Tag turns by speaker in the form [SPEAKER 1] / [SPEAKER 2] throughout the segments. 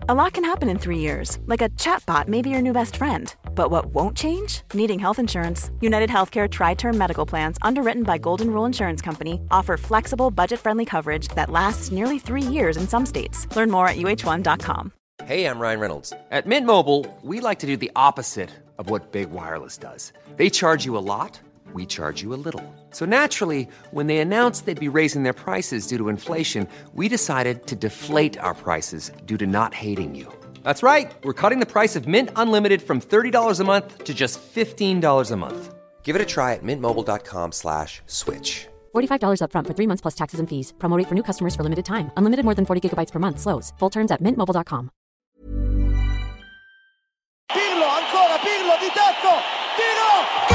[SPEAKER 1] A lot can happen in 3 years, like a chatbot may be your new best friend. But what won't change? Needing health insurance. United Healthcare Tri-Term Medical Plans, underwritten by Golden Rule Insurance Company, offer flexible, budget-friendly coverage that lasts nearly 3 years in some states. Learn more at uh1.com.
[SPEAKER 2] Hey, I'm Ryan Reynolds. At Mint Mobile, we like to do the opposite of what Big Wireless does. They charge you a lot, we charge you a little. So naturally, when they announced they'd be raising their prices due to inflation, we decided to deflate our prices due to not hating you. That's right. We're cutting the price of Mint Unlimited from $30 a month to just $15 a month. Give it a try at mintmobile.com/switch.
[SPEAKER 3] $45 up front for 3 months plus taxes and fees. Promo rate for new customers for limited time. Unlimited more than 40 gigabytes per month. Slows full terms at mintmobile.com.
[SPEAKER 4] Pirlo, ancora Pirlo di tacco, tiro,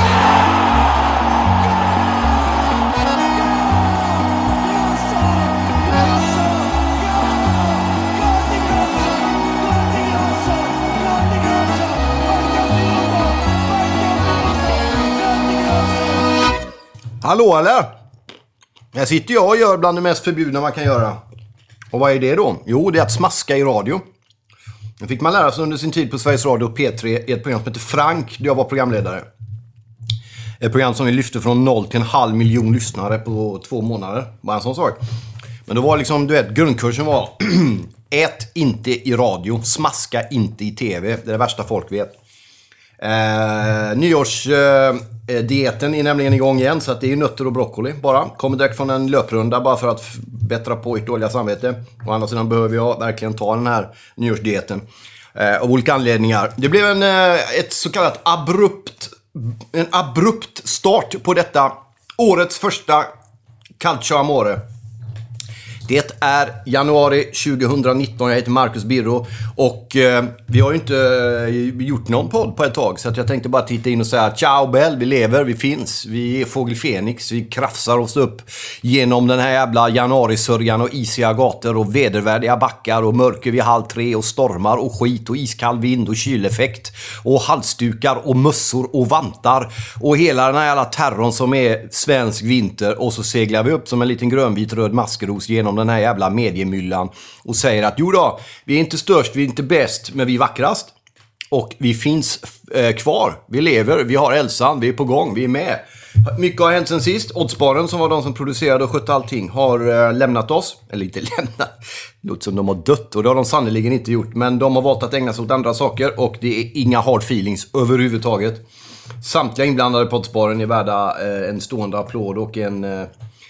[SPEAKER 5] Hallå eller? Här sitter jag och gör bland det mest förbjudna man kan göra. Och vad är det då? Jo, det är att smaska i radio. Det fick man lära sig under sin tid på Sveriges Radio och P3 i ett program som heter Frank, där jag var programledare. Ett program som vi lyfte från 0 till 500 000 lyssnare på 2 månader. Bara en sån sak. Men då var liksom, du vet, grundkursen var ät inte i radio, smaska inte i tv. Det är det värsta folk vet. Nyårsdieten är nämligen igång igen, så att det är ju nötter och broccoli bara. Kommer direkt från en löprunda bara för att bättra på ert dåliga samvete. Å andra sidan behöver jag verkligen ta den här nyårsdieten av olika anledningar. Det blev ett så kallat abrupt start på detta årets första Calcio Amore. Det är januari 2019, jag heter Marcus Birro och vi har ju inte gjort någon podd på ett tag, så att jag tänkte bara titta in och säga ciao Bell, vi lever, vi finns, vi är Fågel Fenix, vi krafsar oss upp genom den här jävla januarisörjan och isiga gator och vedervärdiga backar och mörker vid 2:30 och stormar och skit och iskall vind och kyleffekt och halsdukar och mössor och vantar och hela den här jävla terrorn som är svensk vinter, och så seglar vi upp som en liten grönvit röd maskros genom den här jävla mediemyllan och säger att jo då, vi är inte störst, vi är inte bäst, men vi är vackrast. Och vi finns kvar, vi lever, vi har hälsan, vi är på gång, vi är med. Mycket har hänt sen sist. Oddsbaren, som var de som producerade och skötte allting, har lämnat oss. Eller inte lämnat, det låter som de har dött, och det har de sannoliken inte gjort. Men de har valt att ägna sig åt andra saker, och det är inga hard feelings överhuvudtaget. Samtliga inblandade på Oddsbaren är värda en stående applåd och en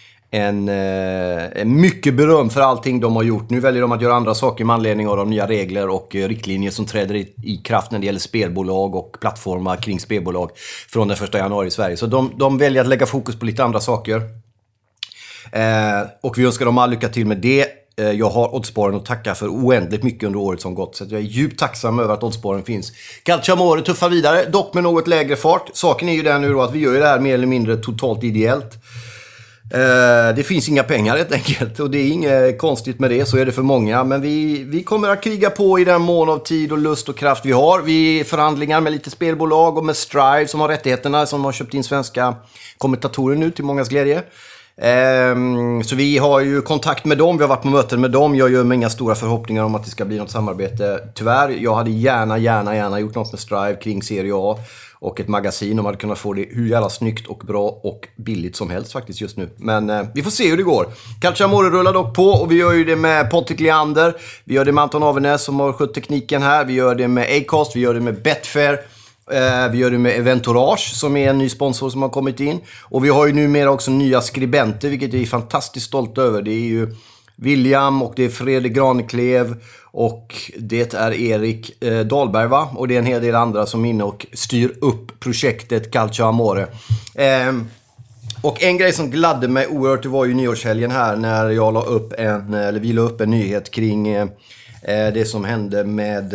[SPEAKER 5] mycket beröm för allting de har gjort. Nu väljer de att göra andra saker med anledning av de nya regler och riktlinjer som träder i kraft när det gäller spelbolag och plattformar kring spelbolag från den 1 januari i Sverige. Så de väljer att lägga fokus på lite andra saker. Och vi önskar dem all lycka till med det. Jag har Oddsbaren att tacka för oändligt mycket under året som gått, så att jag är djupt tacksam över att Oddsbaren finns. Calcio Amore tuffar vidare, dock med något lägre fart. Saken är ju den nu då att vi gör det här mer eller mindre totalt ideellt. Det finns inga pengar helt enkelt, och det är inget konstigt med det, så är det för många. Men vi kommer att kriga på i den mån av tid och lust och kraft vi har. Vi förhandlingar med lite spelbolag och med Strive som har rättigheterna, som har köpt in svenska kommentatorer nu till mångas glädje. Så vi har ju kontakt med dem, vi har varit på möten med dem. Jag gör mig inga stora förhoppningar om att det ska bli något samarbete, tyvärr. Jag hade gärna gjort något med Strive kring Serie A och ett magasin, om hade kunnat få det hur jävla snyggt och bra och billigt som helst faktiskt just nu. Men vi får se hur det går. Calcio Amore rullar dock på, och vi gör ju det med Patrik Leander. Vi gör det med Anton Avenäs som har skött tekniken här. Vi gör det med Acast, vi gör det med Betfair. Vi gör det med Eventourage som är en ny sponsor som har kommit in. Och vi har ju numera också nya skribenter, vilket jag är fantastiskt stolt över. Det är ju William och det är Fredrik Graneklev och det är Erik Dahlberg, va? Och det är en hel del andra som är inne och styr upp projektet Calcio Amore. Och en grej som gladde mig oerhört, det var ju nyårshelgen här när jag vi la upp en nyhet kring det som hände med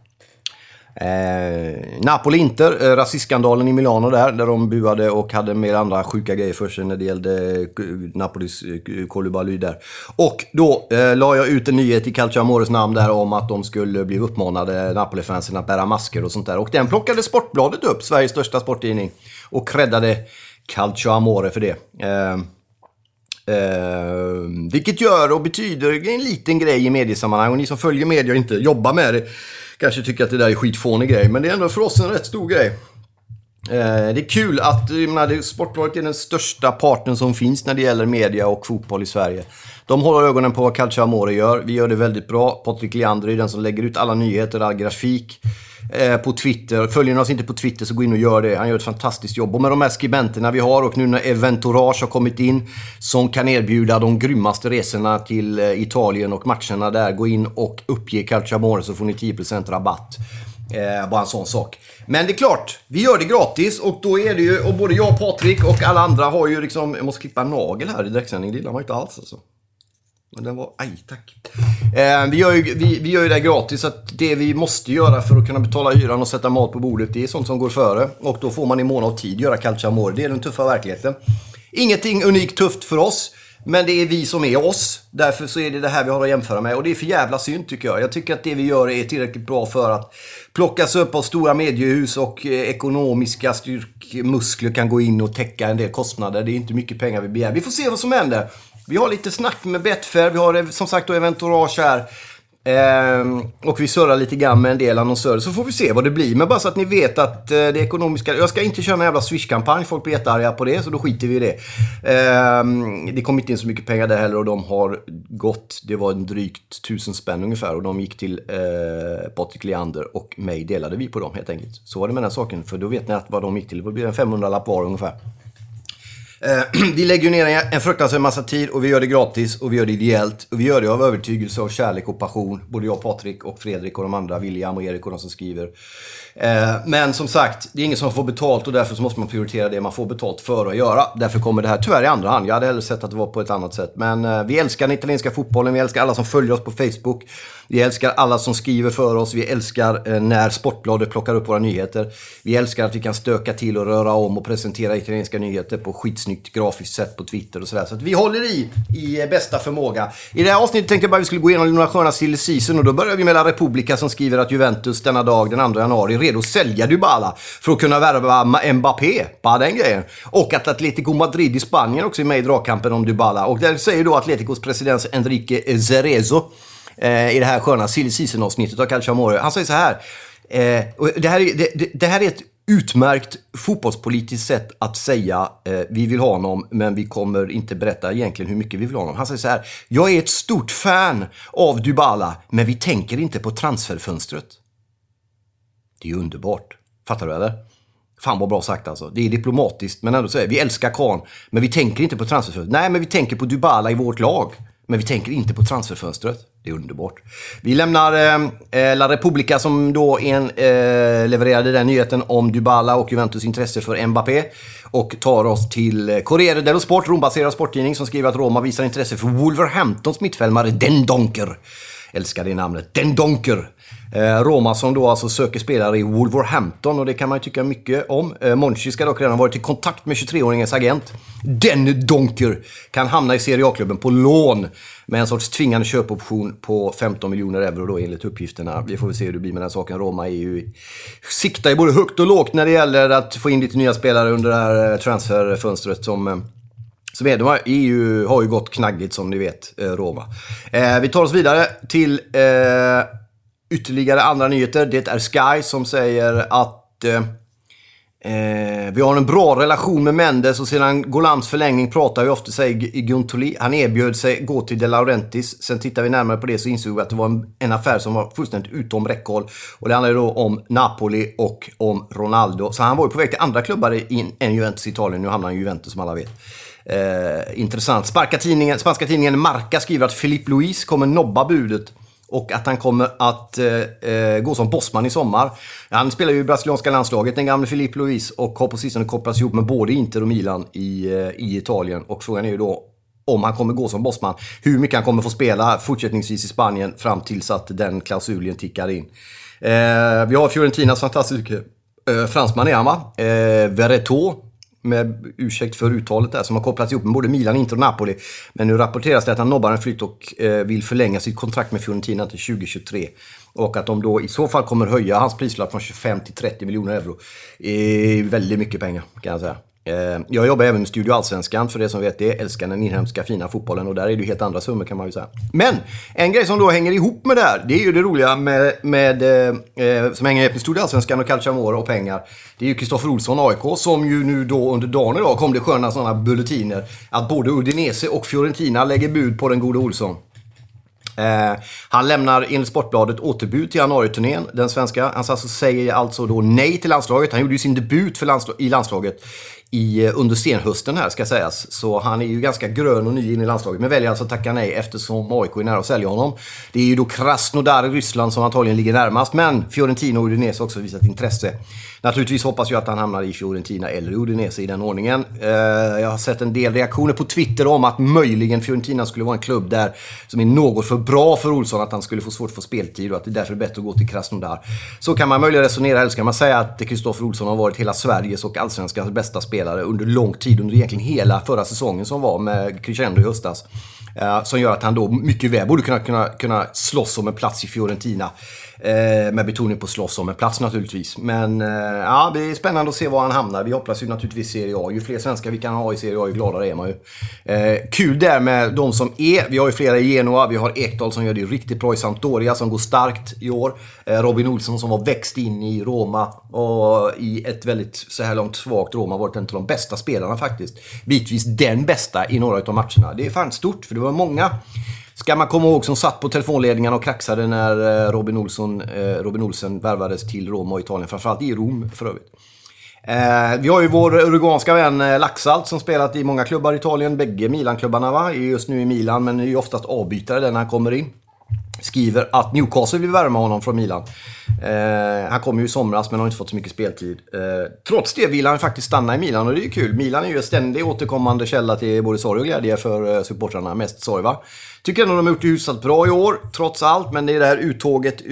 [SPEAKER 5] Napoli-Inter, rasistskandalen i Milano där de buade och hade mer andra sjuka grejer för sig när det gällde Napolis Koulibaly där. Och då la jag ut en nyhet i Calcio Amores namn där om att de skulle bli uppmanade, Napoli-fansen, att bära masker och sånt där. Och den plockade Sportbladet upp, Sveriges största sporttidning, och creddade Calcio Amore för det. Vilket gör och betyder en liten grej i mediesammanhang. Och ni som följer media och inte jobbar med det kanske tycker att det där är skitfånig grej. Men det är ändå för oss en rätt stor grej. Det är kul att Sportbladet är den största parten som finns när det gäller media och fotboll i Sverige. De håller ögonen på vad Calcio Amore gör. Vi gör det väldigt bra. Patrik Leander är den som lägger ut alla nyheter, all grafik på Twitter. Följer ni oss inte på Twitter så gå in och gör det. Han gör ett fantastiskt jobb. Och med de här skribenterna vi har och nu när Eventourage har kommit in som kan erbjuda de grymmaste resorna till Italien och matcherna där. Gå in och uppge Calcio Amore så får ni 10% rabatt. Bara en sån sak. Men det är klart, vi gör det gratis och då är det ju, och både jag, Patrik och alla andra har ju liksom, jag måste klippa en nagel här i direktsändning, det gillar man inte alls alltså. Men den var, tack. Vi gör ju det gratis, så att det vi måste göra för att kunna betala hyran och sätta mat på bordet, det är sånt som går före. Och då får man i mån av tid göra Calcio Amore, det är den tuffa verkligheten. Ingenting unikt tufft för oss. Men det är vi som är oss. Därför så är det här vi har att jämföra med. Och det är för jävla synd tycker jag. Jag tycker att det vi gör är tillräckligt bra för att plockas upp av stora mediehus och ekonomiska styrkmuskler kan gå in och täcka en del kostnader. Det är inte mycket pengar vi begär. Vi får se vad som händer. Vi har lite snack med Betfair. Vi har som sagt då Eventourage här. Och vi surrar lite grann med en del annonsörer. Så får vi se vad det blir. Men bara så att ni vet att det ekonomiska... Jag ska inte köra en jävla Swish-kampanj. Folk blir jättearga på det. Så då skiter vi i det. Det kom inte in så mycket pengar där heller. Och de har gått... Det var en drygt 1000 spänn ungefär. Och de gick till Patrik Leander och mig. Delade vi på dem helt enkelt. Så var det med den saken. För då vet ni att vad de gick till. Det blir en 500-lapp var ungefär. Vi lägger ner en fruktansvärd massa tid och vi gör det gratis och vi gör det ideellt och vi gör det av övertygelse och kärlek och passion, både jag, Patrik och Fredrik och de andra, William och Erik och de som skriver. Men som sagt, det är ingen som får betalt och därför så måste man prioritera det man får betalt för att göra. Därför kommer det här tyvärr i andra hand. Jag hade hellre sett att det var på ett annat sätt. Men vi älskar den italienska fotbollen, vi älskar alla som följer oss på Facebook. Vi älskar alla som skriver för oss. Vi älskar när Sportbladet plockar upp våra nyheter. Vi älskar att vi kan stöka till och röra om och presentera italienska nyheter på skitsnyggt grafiskt sätt på Twitter och sådär. Så att vi håller i bästa förmåga. I det här avsnittet tänkte jag bara att vi skulle gå igenom några sköna silly season. Och då börjar vi med La Repubblica som skriver att Juventus denna dag, den 2 januari, är redo att sälja Dybala för att kunna värva Mbappé. Bara den grejen. Och att Atletico Madrid i Spanien också är med i dragkampen om Dybala. Och där säger då Atleticos president Enrique Cerezo i det här sköna silly season-avsnittet av Calcio Amore. Han säger så här. Och det här är ett utmärkt fotbollspolitiskt sätt att säga vi vill ha honom men vi kommer inte berätta egentligen hur mycket vi vill ha honom. Han säger så här. Jag är ett stort fan av Dybala men vi tänker inte på transferfönstret. Det är underbart. Fattar du eller? Fan vad bra sagt alltså. Det är diplomatiskt men ändå säger vi älskar Kahn men vi tänker inte på transferfönstret. Nej men vi tänker på Dybala i vårt lag. Men vi tänker inte på transferfönstret. Det är underbart. Vi lämnar La Repubblica som då levererade den nyheten om Dybala och Juventus intresse för Mbappé. Och tar oss till Corriere dello Sport, Rom-baserad sporttidning som skriver att Roma visar intresse för Wolverhamptons mittfältare Den Donker. Älskar det namnet. Den Donker. Roma som då alltså söker spelare i Wolverhampton och det kan man ju tycka mycket om. Monchi ska dock redan varit i kontakt med 23-åringens agent. Den Donker kan hamna i Serie A-klubben på lån med en sorts tvingande köpoption på 15 miljoner euro då enligt uppgifterna. Vi får väl se hur det blir med den saken. Roma är ju siktar ju både högt och lågt när det gäller att få in lite nya spelare under det här transferfönstret som är. De har ju gått knaggligt som ni vet, Roma. Vi tar oss vidare till ytterligare andra nyheter. Det är Sky som säger att vi har en bra relation med Mendes och sedan Golams förlängning pratar vi ofta, säger Guntoli. Han erbjöd sig gå till De Laurentiis. Sen tittar vi närmare på det så insåg vi att det var en affär som var fullständigt utom räckhåll. Och det handlar då om Napoli och om Ronaldo. Så han var ju på väg till andra klubbar än Juventus i Italien. Nu hamnar han i Juventus som alla vet. Intressant. Spanska tidningen Marca skriver att Filipe Luis kommer nobba budet och att han kommer att gå som bossman i sommar. Han spelar ju i brasilianska landslaget, den gamla Filipe Luis, och har på sistone kopplats ihop med både Inter och Milan i Italien. Och frågan är ju då om han kommer gå som bossman, hur mycket han kommer få spela fortsättningsvis i Spanien fram tills att den klausulen tickar in. Vi har Fiorentinas fantastiska fransman är han va? Verretou, med ursäkt för uttalet där, som har kopplats ihop med både Milan, Inter och Napoli. Men nu rapporteras det att han nobbar en flytt och vill förlänga sitt kontrakt med Fiorentina till 2023. Och att de då i så fall kommer höja hans prislapp från 25 till 30 miljoner euro. Väldigt mycket pengar kan jag säga. Jag jobbar även med Studio Allsvenskan, för det som vet det, älskar den inhemska fina fotbollen, och där är det ju helt andra summor kan man ju säga. Men en grej som då hänger ihop med det här, det är ju det roliga som hänger ihop med Studio Allsvenskan och Calciamore och pengar. Det är ju Kristoffer Olsson, AIK, som ju nu då under dagen idag kom det sköna sådana bulletiner att både Udinese och Fiorentina lägger bud på den gode Olsson. Han lämnar enligt Sportbladet återbud till januariturnén, den svenska. Han säger alltså då nej till landslaget. Han gjorde ju sin debut i landslaget under senhösten här, ska sägas. Så han är ju ganska grön och ny in i landslaget, men väljer alltså att tacka nej eftersom AIK är nära att sälja honom. Det är ju då Krasnodar i Ryssland som antagligen ligger närmast, men Fiorentina och Udinese har också visat intresse. Naturligtvis hoppas jag att han hamnar i Fiorentina eller Udinese i den ordningen. Jag har sett en del reaktioner på Twitter om att möjligen Fiorentina skulle vara en klubb där som är något för bra för Olsson, att han skulle få svårt att få speltid och att det därför är bättre att gå till Krasnodar. Så kan man möjligen resonera, eller ska man säga att Kristoffer Olsson har varit hela Sveriges och allsvenskans bästa spelare under lång tid, under egentligen hela förra säsongen som var med crescendo i höstas. Som gör att han då mycket väl borde kunna slåss om en plats i Fiorentina. Med betoning på slåss om en plats naturligtvis. Men ja, det är spännande att se var han hamnar. Vi hoppas ju naturligtvis Serie A. Ju fler svenskar vi kan ha i Serie A, ju gladare är man ju. Kul där med de som är. Vi har ju flera i Genoa. Vi har Ekdal som gör det riktigt bra i Sampdoria, som går starkt i år. Robin Olsson som var växt in i Roma och i ett väldigt så här långt svagt Roma varit en av de bästa spelarna faktiskt. Bitvis den bästa i några av matcherna. Det är fan stort, för det var många, ska man komma ihåg, som satt på telefonledningarna och kraxade när Robin Olsen värvades till Roma och Italien, framförallt i Rom för övrigt. Vi har ju vår uruguanska vän Laxalt som spelat i många klubbar i Italien, bägge Milan-klubbarna va? Är just nu i Milan, men är ju oftast avbytare där när han kommer in. Skriver att Newcastle vill värma honom från Milan. Han kom ju i somras men har inte fått så mycket speltid. Trots det vill han faktiskt stanna i Milan, och det är ju kul. Milan är ju en ständig återkommande källa till både sorg och glädje för supportrarna. Mest sorg va? Tycker ändå de har gjort det hyfsat bra i år, trots allt. Men det är det här uttåget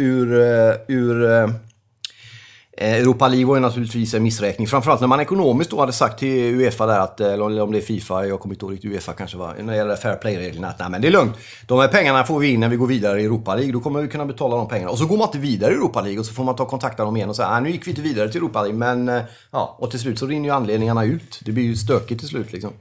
[SPEAKER 5] ur Europa League var ju naturligtvis en missräkning. Framförallt när man ekonomiskt då hade sagt till UEFA där att, eller om det är FIFA, jag kommer inte ihåg riktigt, UEFA kanske var, när det gäller fair play-reglerna, att nej men det är lugnt. De här pengarna får vi in när vi går vidare i Europa League, då kommer vi kunna betala de pengarna. Och så går man inte vidare i Europa League och så får man ta kontakt med dem igen och säga, nu gick vi inte vidare till Europa League, men ja, och till slut så rinner ju anledningarna ut. Det blir ju stökigt till slut liksom.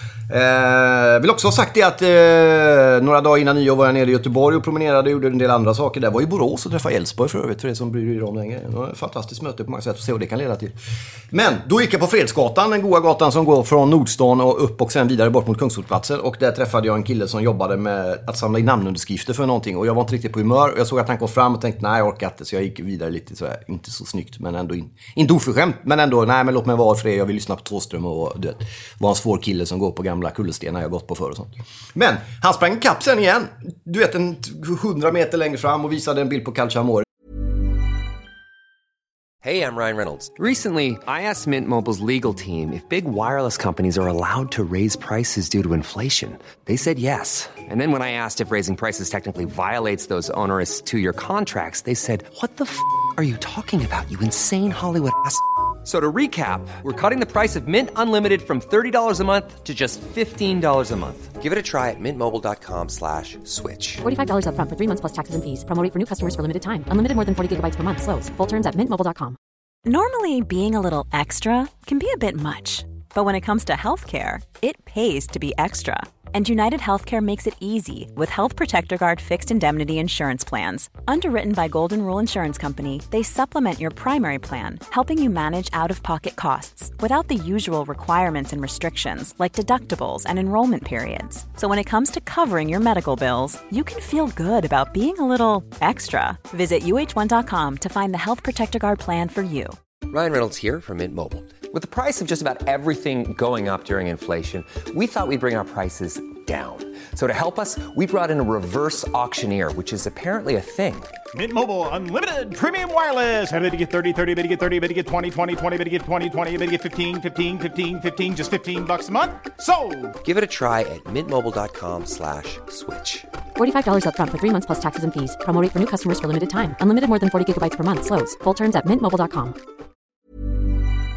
[SPEAKER 5] Vill också ha sagt det att några dagar innan nyår var jag nere i Göteborg och promenerade och gjorde en del andra saker. Där var i Borås och träffade Elfsborg för övrigt, för det som bryr er om längre. Det var ett fantastiskt möte på många sätt, och se vad det kan leda till. Men då gick jag på Fredsgatan, den goda gatan som går från Nordstan och upp och sen vidare bort mot Kungsportsplatsen, och där träffade jag en kille som jobbade med att samla in namnunderskrifter för någonting, och jag var inte riktigt på humör, och jag såg att han kom fram och tänkte nej jag orkar inte, så jag gick vidare lite så här, inte så snyggt men ändå inte oförskämt, men ändå nej men låt mig vara för det, jag vill lyssna på Tråström och det var en svår kille som går på gamla kullerstenar jag gått på förr och sånt. Men han sprang kapp sen igen, du vet, en 100 meter längre fram och visade en bild på Calciamore.
[SPEAKER 2] Hey, I'm Ryan Reynolds. Recently, I asked Mint Mobile's legal team if big wireless companies are allowed to raise prices due to inflation. They said yes. And then when I asked if raising prices technically violates those onerous 2-year contracts, they said, what the f*** are you talking about, you insane Hollywood ass? So to recap, we're cutting the price of Mint Unlimited from $30 a month to just $15 a month. Give it a try at mintmobile.com/switch.
[SPEAKER 3] $45 up front for 3 months plus taxes and fees. Promo rate for new customers for limited time. Unlimited more than 40 gigabytes per month. Slows full terms at mintmobile.com.
[SPEAKER 1] Normally, being a little extra can be a bit much. But when it comes to healthcare, it pays to be extra. And United Healthcare makes it easy with Health Protector Guard fixed indemnity insurance plans. Underwritten by Golden Rule Insurance Company, they supplement your primary plan, helping you manage out-of-pocket costs without the usual requirements and restrictions like deductibles and enrollment periods. So when it comes to covering your medical bills, you can feel good about being a little extra. Visit uh1.com to find the Health Protector Guard plan for you.
[SPEAKER 2] Ryan Reynolds here from Mint Mobile. With the price of just about everything going up during inflation, we thought we'd bring our prices down. So to help us, we brought in a reverse auctioneer, which is apparently a thing.
[SPEAKER 6] Mint Mobile Unlimited Premium Wireless. How to get 30, 30, bit to get 30, bit to get 20, 20, 20, bit to get 20, 20, bit to get 15, 15, 15, 15, just $15 a month? Sold!
[SPEAKER 2] Give it a try at mintmobile.com/switch.
[SPEAKER 3] $45 up front for 3 months plus taxes and fees. Promo rate for new customers for limited time. Unlimited more than 40 gigabytes per month. Slows full terms at mintmobile.com.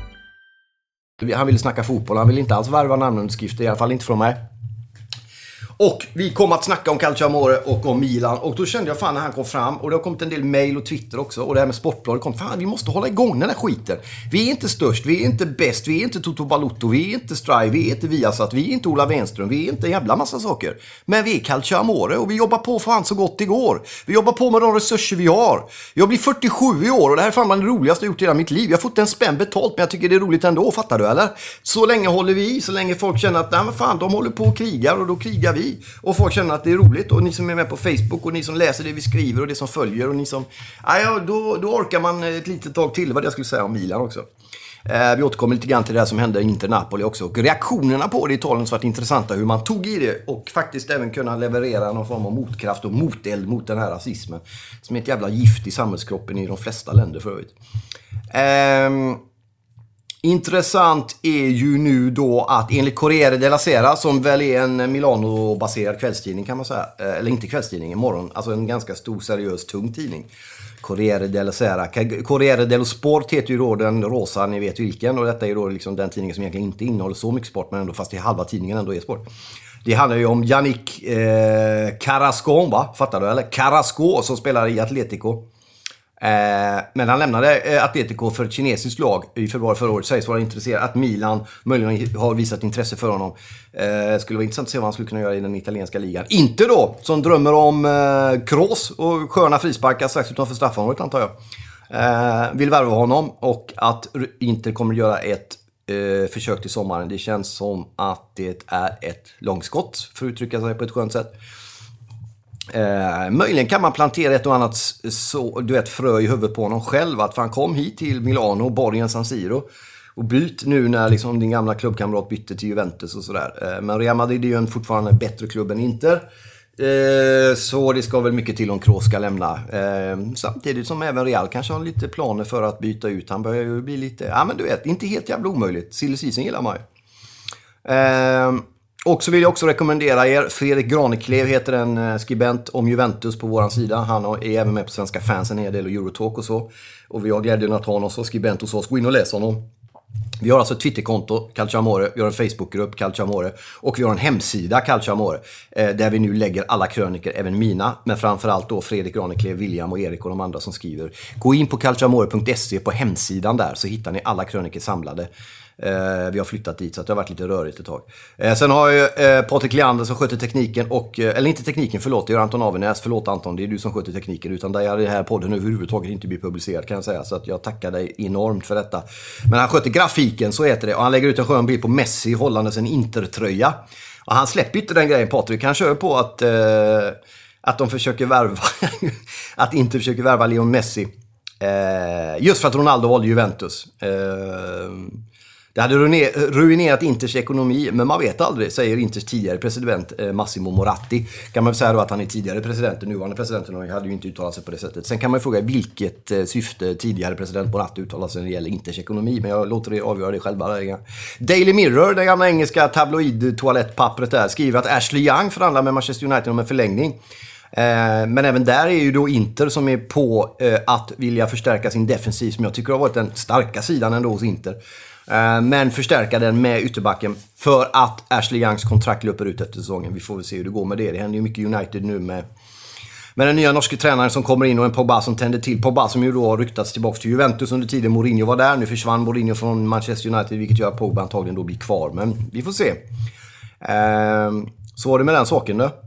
[SPEAKER 5] Han ville snacka fotboll, han ville inte alls värva namnunderskrifter, i alla fall inte från mig. Och vi kommer att snacka om Calciamore och om Milan. Och då kände jag fan när han kom fram. Och det har kommit en del mail och Twitter också. Och det här med Sportbladet kom. Fan, vi måste hålla igång den här skiten. Vi är inte störst, vi är inte bäst, vi är inte Toto Balotto, vi är inte Strive, vi är inte Viasat, vi är inte Ola Wenström, vi är inte en jävla massa saker. Men vi är Calciamore och vi jobbar på fan så gott det går. Vi jobbar på med de resurser vi har. Jag blir 47 i år och det här är fan det roligaste jag gjort i hela mitt liv. Jag har fått en spänn betalt men jag tycker det är roligt ändå, fattar du eller? Så länge håller vi i, så länge folk känner att nej men fan, de håller på och krigar och då krigar vi. Och folk känner att det är roligt och ni som är med på Facebook och ni som läser det vi skriver och det som följer och ni som... då orkar man ett litet tag till vad jag skulle säga om Milan också. Vi återkommer lite grann till det här som hände i Inter-Napoli också. Och reaktionerna på det i Italien så varit intressanta hur man tog i det och faktiskt även kunna leverera någon form av motkraft och moteld mot den här rasismen. Som är ett jävla gift i samhällskroppen i de flesta länder för övrigt. Intressant är ju nu då att enligt Corriere della Sera, som väl är en Milano-baserad kvällstidning kan man säga, eller inte kvällstidning, imorgon, alltså en ganska stor, seriös, tung tidning. Corriere della Sera. Corriere dello Sport heter ju då den rosa, ni vet vilken, och detta är ju då liksom den tidningen som egentligen inte innehåller så mycket sport, men ändå fast i halva tidningen ändå är sport. Det handlar ju om Yannick Carrasco, va? Fattar du eller? Carrasco som spelar i Atletico. Men han lämnade Atletico för ett kinesiskt lag i februari förra året. Sägs vara intresserad att Milan möjligen har visat intresse för honom. Skulle vara intressant att se vad han skulle kunna göra i den italienska ligan. Inte då som drömmer om Kroos och sköna frisparkar strax utanför straffområdet antar jag. Vill värva honom och att Inter kommer att göra ett försök till sommaren. Det känns som att det är ett långskott för att uttrycka sig på ett skönt sätt. Möjligen kan man plantera ett och annat så, du vet, frö i huvudet på honom själv att han kom hit till Milano, borgen San Siro och byt nu när liksom din gamla klubbkamrat bytte till Juventus och sådär. Men Real Madrid är ju fortfarande en bättre klubb än Inter. Så det ska väl mycket till om Kroos ska lämna. Samtidigt som även Real kanske har lite planer för att byta ut. Han börjar ju bli lite, ja men du vet, inte helt jävla omöjligt. Silly season gillar man ju. Och så vill jag också rekommendera er, Fredrik Graneklev heter en skribent om Juventus på våran sida. Han är även med på Svenska fans en hel del och Eurotalk och så. Och vi har glädjen att ha honom som skribent hos oss. Gå in och läs honom. Vi har alltså ett Twitterkonto, Calciamore. Vi har en Facebookgrupp, Calciamore. Och vi har en hemsida, Calciamore. Där vi nu lägger alla kröniker, även mina. Men framförallt då Fredrik Graneklev, William och Erik och de andra som skriver. Gå in på calciamore.se på hemsidan där så hittar ni alla kröniker samlade. Vi har flyttat dit så att det har varit lite rörigt ett tag. Sen har jag Patrik Leander som sköter tekniken och, eller inte tekniken, förlåt, det är Anton Avenäs. Förlåt Anton, det är du som sköter tekniken. Utan där är det här podden överhuvudtaget inte blir publicerad kan jag säga. Så att jag tackar dig enormt för detta. Men han sköter grafiken, så heter det. Och han lägger ut en skön bild på Messi hållandes en Intertröja. Och han släpper inte den grejen, Patrik. Han kör på att de försöker värva att inte försöker värva Lionel Messi. Just för att Ronaldo valde Juventus. Det hade ruinerat Inters ekonomi, men man vet aldrig, säger Inters tidigare president Massimo Moratti. Kan man säga då att han är tidigare president, den nuvarande presidenten, och hade ju inte uttalat sig på det sättet. Sen kan man fråga vilket syfte tidigare president Moratti uttalar sig när det gäller Inters ekonomi, men jag låter er avgöra det själva. Daily Mirror, det gamla engelska tabloid-toalettpappret där, skriver att Ashley Young förhandlar med Manchester United om en förlängning. Men även där är ju då Inter som är på att vilja förstärka sin defensiv, som jag tycker har varit den starka sidan ändå hos Inter. Men förstärka den med ytterbacken för att Ashley Youngs kontrakt löper ut efter säsongen. Vi får väl se hur det går med det. Det händer ju mycket United nu med den nya norska tränaren som kommer in och en Pogba som tänder till. Pogba som ju då har ryktats tillbaka till Juventus under tiden Mourinho var där. Nu försvann Mourinho från Manchester United, vilket gör att Pogba antagligen då blir kvar. Men vi får se. Så var det med den saken då.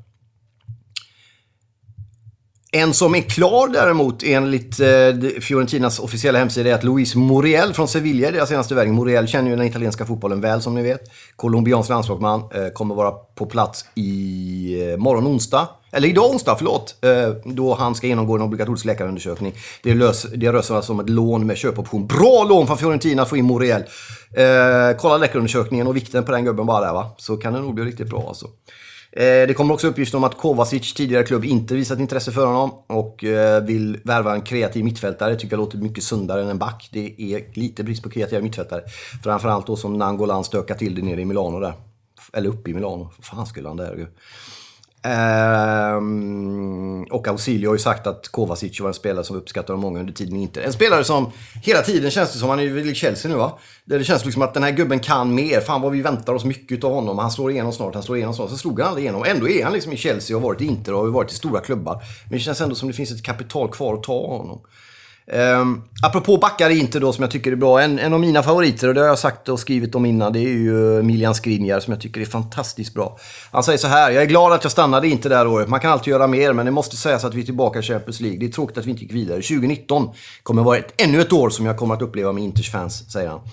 [SPEAKER 5] En som är klar däremot enligt Fiorentinas officiella hemsida är att Luis Muriel från Sevilla är deras senaste värvning. Muriel känner ju den italienska fotbollen väl som ni vet. Colombiansk landslagsman kommer vara på plats idag onsdag, då han ska genomgå en obligatorisk läkarundersökning. Det rör sig som ett lån med köpoption. Bra lån från Fiorentina att få in Muriel. Kolla läkarundersökningen och vikten på den gubben bara där, va? Så kan det nog bli riktigt bra alltså. Det kommer också uppgifter om att Kovacic, tidigare klubb, inte visat intresse för honom och vill värva en kreativ mittfältare. Tycker jag låter mycket sundare än en back. Det är lite brist på kreativa mittfältare. Framförallt då som Nangolan stökar till det nere i Milano där. Eller uppe i Milano. Vad fan skulle han där? Och Ausilio har ju sagt att Kovacic var en spelare som uppskattar av många under tiden inte. En spelare som hela tiden känns det som, han är ju i Chelsea nu va? Det känns liksom att den här gubben kan mer. Fan vad vi väntar oss mycket av honom. Han slår igenom snart. Så slog han aldrig igenom. Ändå är han liksom i Chelsea och har varit i Inter och har varit i stora klubbar. Men det känns ändå som det finns ett kapital kvar att ta av honom. Apropå backar inte då som jag tycker är bra, en av mina favoriter, och det har jag sagt och skrivit om innan, det är ju Milian Skriniar som jag tycker är fantastiskt bra. Han säger så här: jag är glad att jag stannade inte där året, man kan alltid göra mer, men det måste sägas att vi är tillbaka i Champions League. Det är tråkigt att vi inte gick vidare. 2019 kommer vara ännu ett år som jag kommer att uppleva med Inters fans, säger han.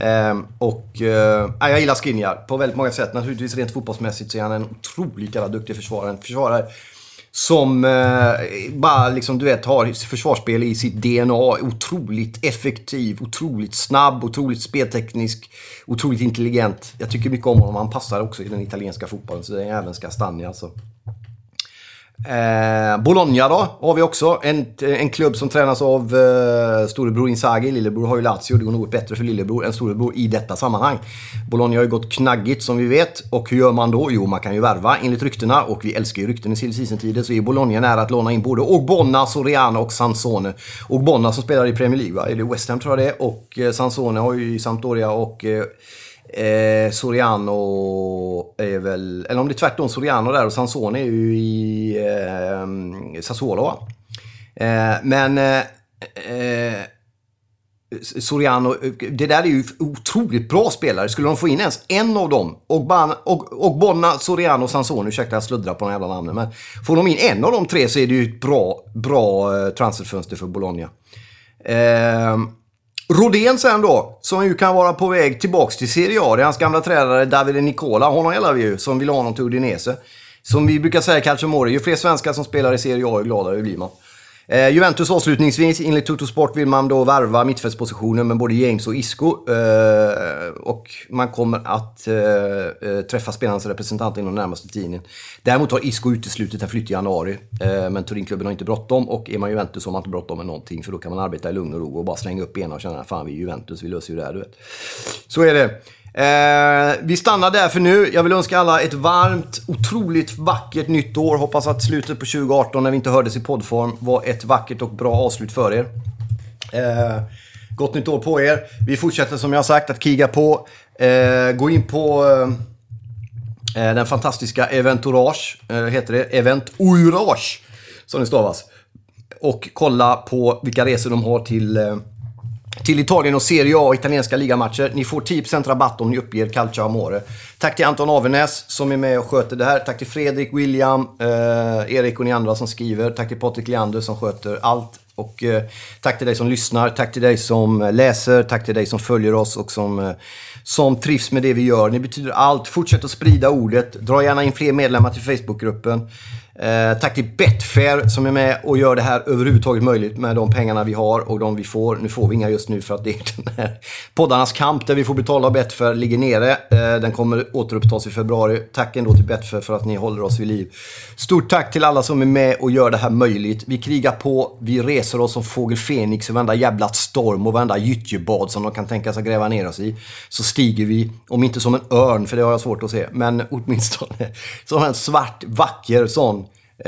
[SPEAKER 5] Jag gillar Skriniar på väldigt många sätt. Naturligtvis rent fotbollsmässigt så är han en otroligt jävla duktig försvarare som bara liksom, du vet, har försvarsspel i sitt DNA. Otroligt effektiv, otroligt snabb, otroligt spelteknisk, otroligt intelligent. Jag tycker mycket om honom. Han passar också i den italienska fotbollen, så det är även ska stanna alltså. Bologna då har vi också en klubb som tränas av storebror Inzaghi. Lillebror har ju Lazio. Det går nog bättre för lillebror än storebror i detta sammanhang. Bologna har ju gått knaggigt som vi vet. Och hur gör man då? Jo, man kan ju värva enligt ryktena. Och vi älskar ju rykten i silly season-tider. Så är Bologna nära att låna in både Ogbonna, Soriano och Sansone. Ogbonna som spelar i Premier League, va? Eller West Ham tror jag det är. Och Sansone har ju i Sampdoria och Soriano är väl, eller om det är tvärtom, Soriano där och Sansone är ju i Sassuolo, va? Soriano, det där är ju otroligt bra spelare. Skulle de få in ens en av dem, Ogbonna, Soriano och Sansone, ursäkta jag sluddrar på de jävla namnen, men får de in en av de tre så är det ju ett bra transferfönster för Bologna. Rodén sen då, som ju kan vara på väg tillbaks till Serie A. Det är hans gamla tränare Davide Nicola, honom gillar vi ju, som vill ha honom till Udinese. Som vi brukar säga i Calciamore, ju fler svenskar som spelar i Serie A, ju gladare blir man. Juventus avslutningsvis, enligt Tuttosport vill man då värva mittfältspositionen med både James och Isco. Och man kommer att träffa spelarnas representant inom närmaste tiden. Däremot har Isco uteslutit en flytt i januari. Men Turinklubben har inte bråttom, och är man Juventus har man inte bråttom med någonting. För då kan man arbeta i lugn och ro och bara slänga upp benen och känna, fan vi är Juventus, vi löser ju det här, du vet. Så är det. Vi stannar där för nu. Jag vill önska alla ett varmt, otroligt vackert nytt år. Hoppas att slutet på 2018, när vi inte hördes i poddform, var ett vackert och bra avslut för er. Gott nytt år på er. Vi fortsätter som jag har sagt att kriga på. Gå in på den fantastiska Eventourage, heter det, Eventourage som det stavas, och kolla på vilka resor de har till Italien och Serie A och italienska ligamatcher. Ni får 10% rabatt om ni uppger Calciamore. Tack till Anton Avenäs som är med och sköter det här. Tack till Fredrik, William, Erik och ni andra som skriver. Tack till Patrik Leander som sköter allt. Och tack till dig som lyssnar. Tack till dig som läser. Tack till dig som följer oss och som trivs med det vi gör. Ni betyder allt. Fortsätt att sprida ordet. Dra gärna in fler medlemmar till Facebookgruppen. Tack till Betfair som är med och gör det här överhuvudtaget möjligt med de pengarna vi har och de vi får. Nu får vi inga just nu för att det är den här poddarnas kamp där vi får betala. Betfair ligger nere. Den kommer återupptas i februari. Tack ändå till Betfair för att ni håller oss vid liv. Stort tack till alla som är med och gör det här möjligt. Vi krigar på, vi reser oss som fågel Fenix i varenda jävla storm och varenda gyttjebad som de kan tänka sig gräva ner oss i. Så stiger vi, om inte som en örn, för det har jag svårt att se, men åtminstone som en svart, vacker sån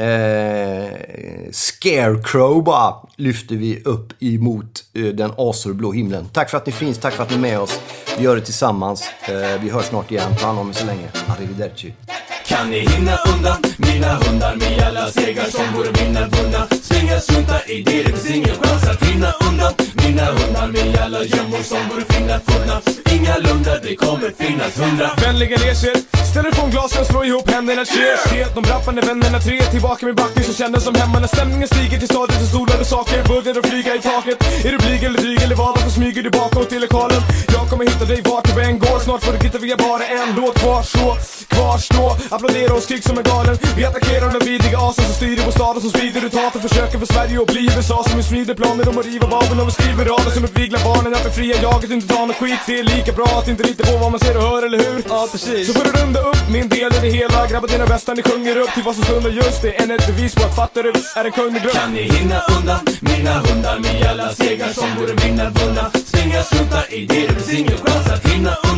[SPEAKER 5] scarecrow bara lyfter vi upp emot den azurblå himlen. Tack för att ni finns, tack för att ni är med oss. Vi gör det tillsammans. Vi hörs snart igen. Ta hand om er så länge. Arrivederci.
[SPEAKER 7] Kan ni hinna undan mina hundar med alla segrar som vore mina vunna? Svingas runta i det finns ingen chans att hinna undan mina hundar med alla gömmor som vore finna funna. Ingalunda, det kommer finnas 100. Vänliga leser, ställer från glasen, slår ihop händerna, cheers. Se de rappande vännerna, 3 tillbaka med backning som kändes som hemma. När stämningen stiger till stadion så solade saker börjar att flyga i taket. Är du blyg eller dryg eller vad? Varför smyger du bakåt till lokalen? Jag kommer hitta dig vart du än går. Snart får du hitta via bara en låt kvarstå. Applådera och skrik som en galen. Vi attackerar den vidriga asen som styr på staden, som sprider ut hat och försöker för Sverige och bli USA. Som vi sprider planer om att riva vapen och vi skriver rader som ett vigla barnen. Att befria jaget, inte ta något skit. Det är lika bra att inte lita på vad man ser och hör, eller hur? Ja, precis. Så får du runda upp min del i det hela. Grabba dina bästa, ni sjunger upp till vad som stundar just det. Än ett bevis på att fattar du är en kung med dröm. Kan ni hinna undan mina hundar med alla segrar som vore mina vunna? Svingas runta i det finns ingen chans att hinna undan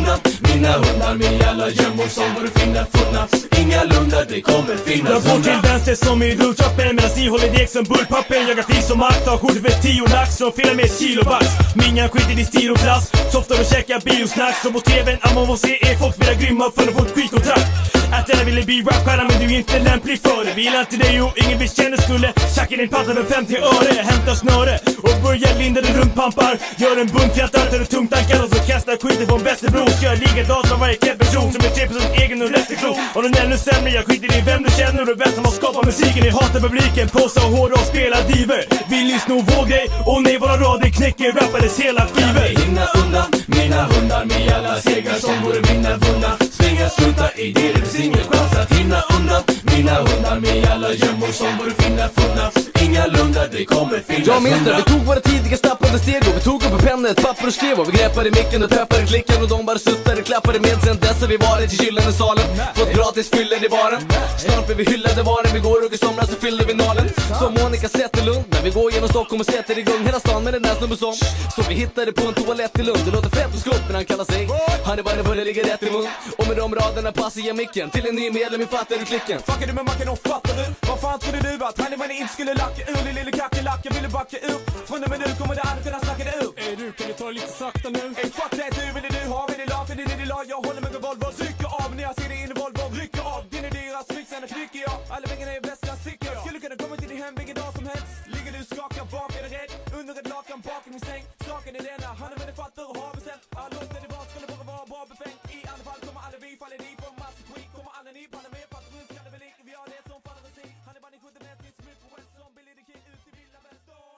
[SPEAKER 7] undan. Mina hundar med alla gömmor som går att finna funna. Ingalunda det kommer finnas.
[SPEAKER 8] Jag går till vänster som i rulltrappen, medan ni håller deg som bullpappen. Jagar fis och makt, har skjutit för 10 lax och filar med kilovax. Mingan skiter i stil och klass, softar och käkar biosnacks. Och på tvn, man får se folk spela grymma för att få ett skitkontrakt. Att jag ville bli rapstjärna men du är inte lämplig för det. Vi gillar inte dig och ingen vi känner skulle tjacka din patta för 50 öre. Hämta snöre och börja linda dig runt pampar. Gör en bunt fjattar till det tungt tankar och så kastar skiten från bästebro. Ska jag ligga dator av varje klädd person som är 3% egen och restriktion. Och den ännu sämre, jag skiter i vem du känner och vem som har skapat musiken. Ni hatar publiken, posta och hårdra och spela diver. Vi lyssnar vår grej och nej våra rader knäcker rappades hela skivor.
[SPEAKER 7] Jag hinna undan mina hundar med alla segrar som vore mina vunna. Springa strunta i det, det finns ingen chans att hinna undan. Mina hundar med alla gömmor som borde finna funna. Ingalunda det kommer finnas.
[SPEAKER 9] Jag minns det, vi tog våra tidiga stappade steg och vi tog upp en penna, ett papper och skrev och vi greppade micken och tappade klicken och de bara suttade och klappade med. Sen dess har vi varit i kylan i salen, fått gratis fyllen i baren. Snart blir vi hyllade varen, vi går och i somras så fyller vi nalen. Som Monica Zetterlund, när vi går genom Stockholm och sätter igång hela stan med den där snubben som vi hittade på en toalett i Lund. Det låter fett och skumt men han kallar sig Han är bara börjar ligga rätt i mun. Och med de raderna passar jag micken till en ny medlem i fattar i klicken.
[SPEAKER 10] Fuckar du med macken och fattar du? Vad fan trodde du att han är man inte skulle lacka ur? Lille kackerlack, jag ville backa ur. Från och med nu kommer det aldrig kunna snacka det ur. Ey du, kan du ta lite sakta nu? Ey fuck det, du vill du ha min lag, för din är din lag. Jag håller mig med Volvo, rycker av när jag ser dig in i Volvo. Rycker av, din är deras fix, sen knycker jag. Alla väggarna är bästa sicker. Skulle kunna komma till din hem vilken dag som helst. Ligger du skakar bak, är det rädd? Under ett lakan bak i min säng. Saken är denna, han är med det fattar och har bestämt. Låt det vara, skulle bara vara bra befängt. I alla fall kommer alla vi faller dit på massa skit. Kommer alla ni panna med på att rusk kan det väl inte. Vi har det som faller musik. Han är bara ni 70 med sin smut på West som Billy the Kid ut i vilda västern.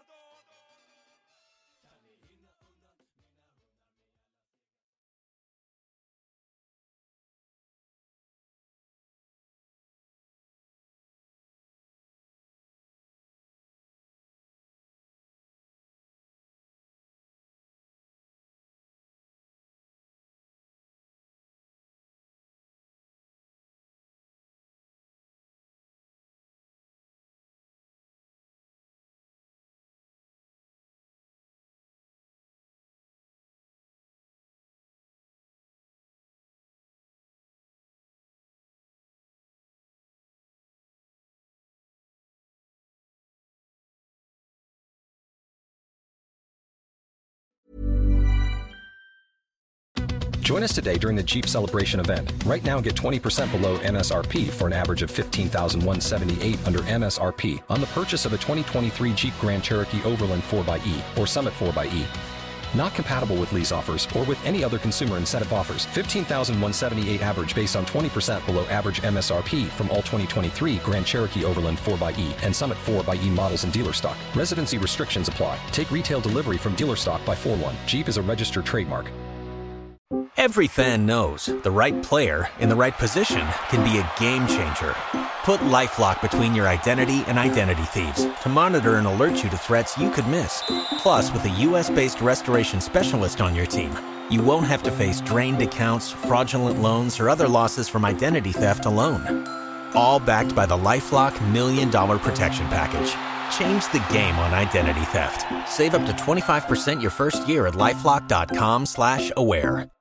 [SPEAKER 11] Join us today during the Jeep Celebration event. Right now, get 20% below MSRP for an average of $15,178 under MSRP on the purchase of a 2023 Jeep Grand Cherokee Overland 4xE or Summit 4xE. Not compatible with lease offers or with any other consumer incentive offers. $15,178 average based on 20% below average MSRP from all 2023 Grand Cherokee Overland 4xE and Summit 4xE models in dealer stock. Residency restrictions apply. Take retail delivery from dealer stock by 4/1. Jeep is a registered trademark.
[SPEAKER 12] Every fan knows the right player in the right position can be a game changer. Put LifeLock between your identity and identity thieves to monitor and alert you to threats you could miss. Plus, with a U.S.-based restoration specialist on your team, you won't have to face drained accounts, fraudulent loans, or other losses from identity theft alone. All backed by the LifeLock $1 Million Protection Package. Change the game on identity theft. Save up to 25% your first year at LifeLock.com/aware.